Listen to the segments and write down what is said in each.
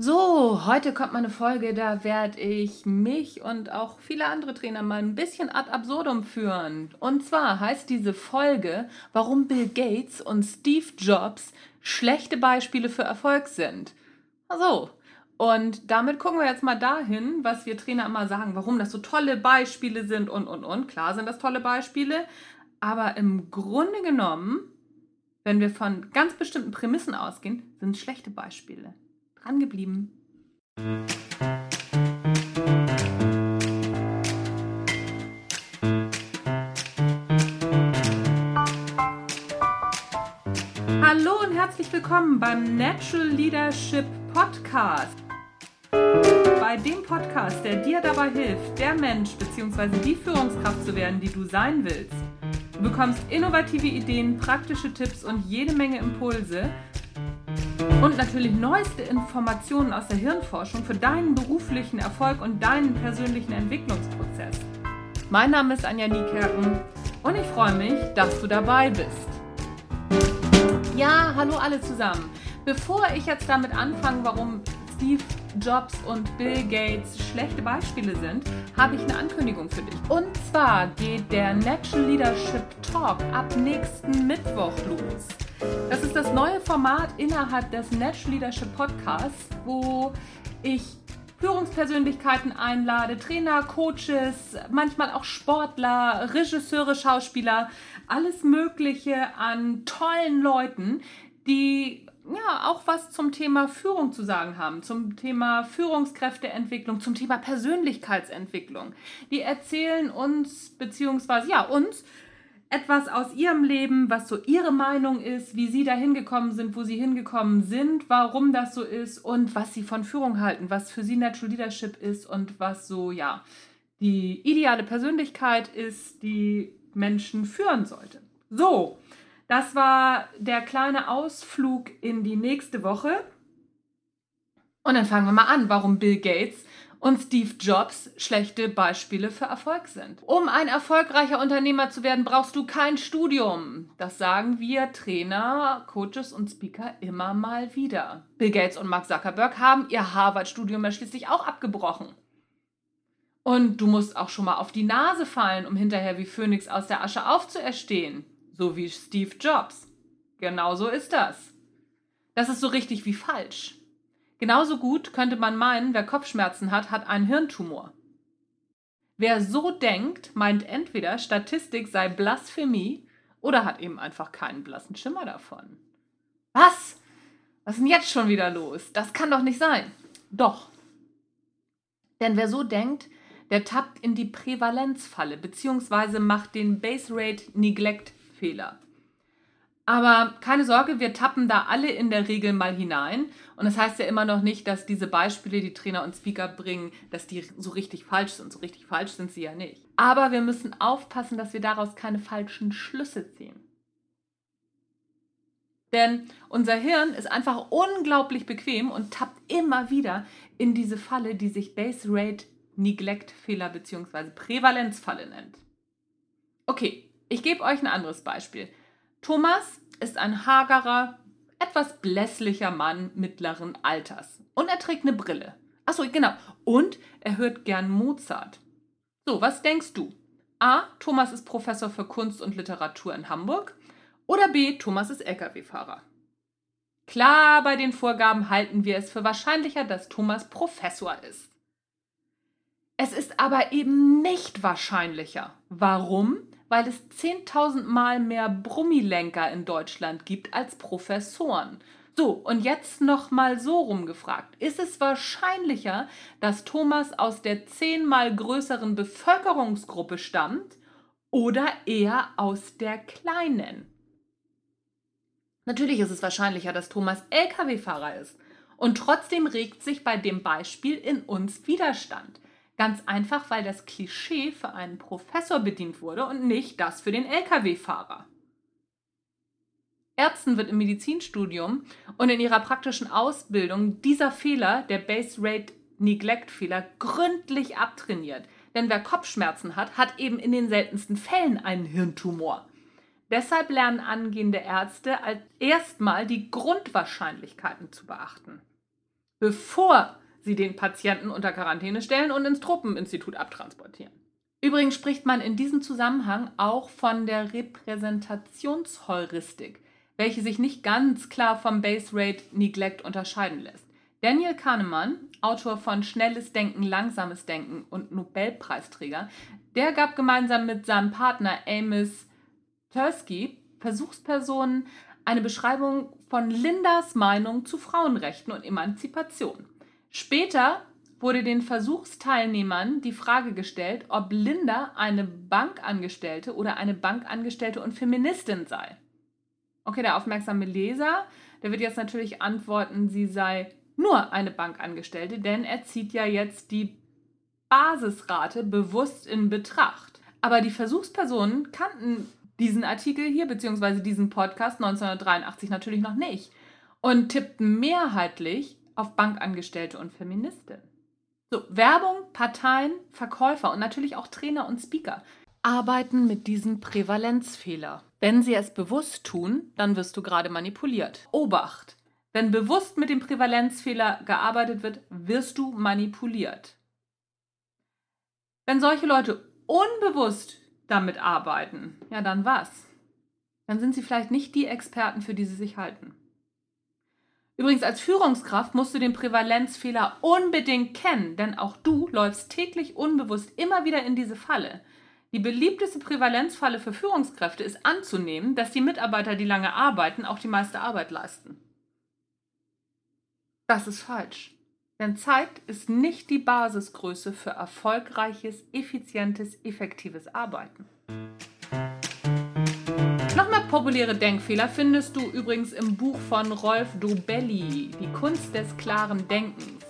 So, heute kommt mal eine Folge, da werde ich mich und auch viele andere Trainer mal ein bisschen ad absurdum führen. Und zwar heißt diese Folge, warum Bill Gates und Steve Jobs schlechte Beispiele für Erfolg sind. So, und damit gucken wir jetzt mal dahin, was wir Trainer immer sagen, warum das so tolle Beispiele sind und. Klar sind das tolle Beispiele, aber im Grunde genommen, wenn wir von ganz bestimmten Prämissen ausgehen, sind es schlechte Beispiele. Dran geblieben. Hallo und herzlich willkommen beim Natural Leadership Podcast. Bei dem Podcast, der dir dabei hilft, der Mensch bzw. die Führungskraft zu werden, die du sein willst. Du bekommst innovative Ideen, praktische Tipps und jede Menge Impulse und natürlich neueste Informationen aus der Hirnforschung für deinen beruflichen Erfolg und deinen persönlichen Entwicklungsprozess. Mein Name ist Anja Niekerken und ich freue mich, dass du dabei bist. Ja, hallo alle zusammen. Bevor ich jetzt damit anfange, warum Steve Jobs und Bill Gates schlechte Beispiele sind, habe ich eine Ankündigung für dich. Und zwar geht der Natural Leadership Talk ab nächsten Mittwoch los. Das ist das neue Format innerhalb des Natural Leadership Podcasts, wo ich Führungspersönlichkeiten einlade, Trainer, Coaches, manchmal auch Sportler, Regisseure, Schauspieler, alles Mögliche an tollen Leuten, die ja auch was zum Thema Führung zu sagen haben, zum Thema Führungskräfteentwicklung, zum Thema Persönlichkeitsentwicklung. Die erzählen uns, beziehungsweise ja uns, etwas aus ihrem Leben, was so ihre Meinung ist, wie sie da hingekommen sind, wo sie hingekommen sind, warum das so ist und was sie von Führung halten, was für sie Natural Leadership ist und was so, ja, die ideale Persönlichkeit ist, die Menschen führen sollte. So, das war der kleine Ausflug in die nächste Woche. Und dann fangen wir mal an, warum Bill Gates und Steve Jobs schlechte Beispiele für Erfolg sind. Um ein erfolgreicher Unternehmer zu werden, brauchst du kein Studium. Das sagen wir Trainer, Coaches und Speaker immer mal wieder. Bill Gates und Mark Zuckerberg haben ihr Harvard-Studium ja schließlich auch abgebrochen. Und du musst auch schon mal auf die Nase fallen, um hinterher wie Phönix aus der Asche aufzuerstehen. So wie Steve Jobs. Genau so ist das. Das ist so richtig wie falsch. Genauso gut könnte man meinen, wer Kopfschmerzen hat, hat einen Hirntumor. Wer so denkt, meint entweder Statistik sei Blasphemie oder hat eben einfach keinen blassen Schimmer davon. Was? Was ist denn jetzt schon wieder los? Das kann doch nicht sein. Doch. Denn wer so denkt, der tappt in die Prävalenzfalle bzw. macht den Base Rate Neglect Fehler. Aber keine Sorge, wir tappen da alle in der Regel mal hinein. Und das heißt ja immer noch nicht, dass diese Beispiele, die Trainer und Speaker bringen, dass die so richtig falsch sind. So richtig falsch sind sie ja nicht. Aber wir müssen aufpassen, dass wir daraus keine falschen Schlüsse ziehen. Denn unser Hirn ist einfach unglaublich bequem und tappt immer wieder in diese Falle, die sich Base Rate Neglect Fehler bzw. Prävalenzfalle nennt. Okay, ich gebe euch ein anderes Beispiel. Thomas ist ein hagerer, etwas blässlicher Mann mittleren Alters. Und er trägt eine Brille. Achso, genau. Und er hört gern Mozart. So, was denkst du? A. Thomas ist Professor für Kunst und Literatur in Hamburg. Oder B. Thomas ist Lkw-Fahrer. Klar, bei den Vorgaben halten wir es für wahrscheinlicher, dass Thomas Professor ist. Es ist aber eben nicht wahrscheinlicher. Warum? Weil es 10.000 Mal mehr Brummilenker in Deutschland gibt als Professoren. So, und jetzt nochmal so rumgefragt. Ist es wahrscheinlicher, dass Thomas aus der 10-mal größeren Bevölkerungsgruppe stammt oder eher aus der kleinen? Natürlich ist es wahrscheinlicher, dass Thomas Lkw-Fahrer ist. Und trotzdem regt sich bei dem Beispiel in uns Widerstand. Ganz einfach, weil das Klischee für einen Professor bedient wurde und nicht das für den Lkw-Fahrer. Ärzten wird im Medizinstudium und in ihrer praktischen Ausbildung dieser Fehler, der Base Rate Neglect Fehler, gründlich abtrainiert. Denn wer Kopfschmerzen hat, hat eben in den seltensten Fällen einen Hirntumor. Deshalb lernen angehende Ärzte erstmal die Grundwahrscheinlichkeiten zu beachten. bevor sie den Patienten unter Quarantäne stellen und ins Tropeninstitut abtransportieren. Übrigens spricht man in diesem Zusammenhang auch von der Repräsentationsheuristik, welche sich nicht ganz klar vom Base Rate Neglect unterscheiden lässt. Daniel Kahneman, Autor von Schnelles Denken, Langsames Denken und Nobelpreisträger, der gab gemeinsam mit seinem Partner Amos Tversky Versuchspersonen eine Beschreibung von Lindas Meinung zu Frauenrechten und Emanzipation. Später wurde den Versuchsteilnehmern die Frage gestellt, ob Linda eine Bankangestellte oder eine Bankangestellte und Feministin sei. Okay, der aufmerksame Leser, der wird jetzt natürlich antworten, sie sei nur eine Bankangestellte, denn er zieht ja jetzt die Basisrate bewusst in Betracht. Aber die Versuchspersonen kannten diesen Artikel hier bzw. diesen Podcast 1983 natürlich noch nicht und tippten mehrheitlich auf Bankangestellte und Feministin. So, Werbung, Parteien, Verkäufer und natürlich auch Trainer und Speaker arbeiten mit diesem Prävalenzfehler. Wenn sie es bewusst tun, dann wirst du gerade manipuliert. Obacht! Wenn bewusst mit dem Prävalenzfehler gearbeitet wird, wirst du manipuliert. Wenn solche Leute unbewusst damit arbeiten, ja dann was? Dann sind sie vielleicht nicht die Experten, für die sie sich halten. Übrigens, als Führungskraft musst du den Prävalenzfehler unbedingt kennen, denn auch du läufst täglich unbewusst immer wieder in diese Falle. Die beliebteste Prävalenzfalle für Führungskräfte ist anzunehmen, dass die Mitarbeiter, die lange arbeiten, auch die meiste Arbeit leisten. Das ist falsch, denn Zeit ist nicht die Basisgröße für erfolgreiches, effizientes, effektives Arbeiten. Noch mehr populäre Denkfehler findest du übrigens im Buch von Rolf Dobelli, Die Kunst des klaren Denkens.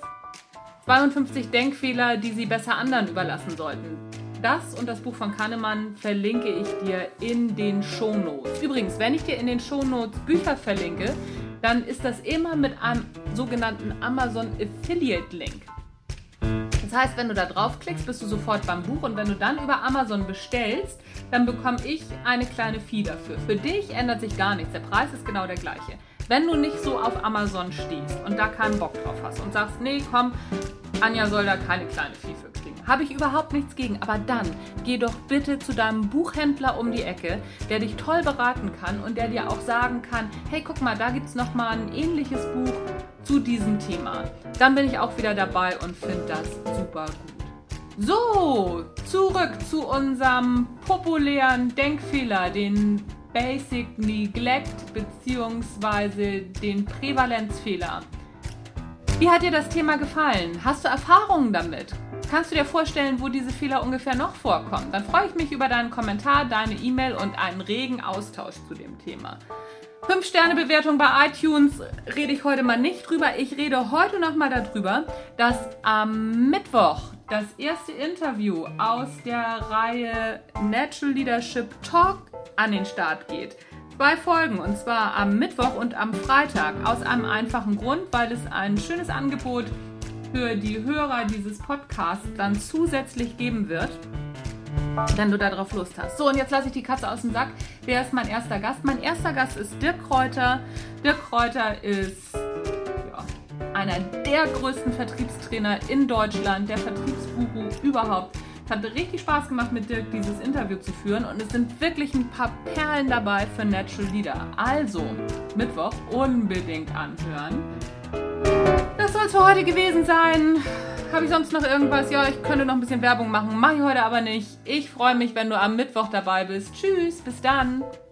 52 Denkfehler, die Sie besser anderen überlassen sollten. Das und das Buch von Kahneman verlinke ich dir in den Shownotes. Übrigens, wenn ich dir in den Shownotes Bücher verlinke, dann ist das immer mit einem sogenannten Amazon Affiliate Link. Das heißt, wenn du da draufklickst, bist du sofort beim Buch und wenn du dann über Amazon bestellst, dann bekomme ich eine kleine Fee dafür. Für dich ändert sich gar nichts, der Preis ist genau der gleiche. Wenn du nicht so auf Amazon stehst und da keinen Bock drauf hast und sagst, nee, komm, Anja soll da keine kleine Fee für kriegen, habe ich überhaupt nichts gegen. Aber dann geh doch bitte zu deinem Buchhändler um die Ecke, der dich toll beraten kann und der dir auch sagen kann, hey, guck mal, da gibt es nochmal ein ähnliches Buch zu diesem Thema. Dann bin ich auch wieder dabei und finde das super gut. So, zurück zu unserem populären Denkfehler, den Basic Neglect bzw. den Prävalenzfehler. Wie hat dir das Thema gefallen? Hast du Erfahrungen damit? Kannst du dir vorstellen, wo diese Fehler ungefähr noch vorkommen? Dann freue ich mich über deinen Kommentar, deine E-Mail und einen regen Austausch zu dem Thema. 5-Sterne-Bewertung bei iTunes rede ich heute mal nicht drüber. Ich rede heute nochmal darüber, dass am Mittwoch das erste Interview aus der Reihe Natural Leadership Talk an den Start geht. 2 Folgen, und zwar am Mittwoch und am Freitag. Aus einem einfachen Grund, weil es ein schönes Angebot für die Hörer dieses Podcasts dann zusätzlich geben wird, wenn du darauf Lust hast. So, und jetzt lasse ich die Katze aus dem Sack. Wer ist mein erster Gast? Mein erster Gast ist Dirk Kräuter. Dirk Kräuter ist einer der größten Vertriebstrainer in Deutschland, der Vertriebsguru überhaupt. Es hat richtig Spaß gemacht, mit Dirk dieses Interview zu führen und es sind wirklich ein paar Perlen dabei für Natural Leader. Also, Mittwoch unbedingt anhören. Das soll es für heute gewesen sein. Habe ich sonst noch irgendwas? Ja, ich könnte noch ein bisschen Werbung machen. Mache ich heute aber nicht. Ich freue mich, wenn du am Mittwoch dabei bist. Tschüss, bis dann.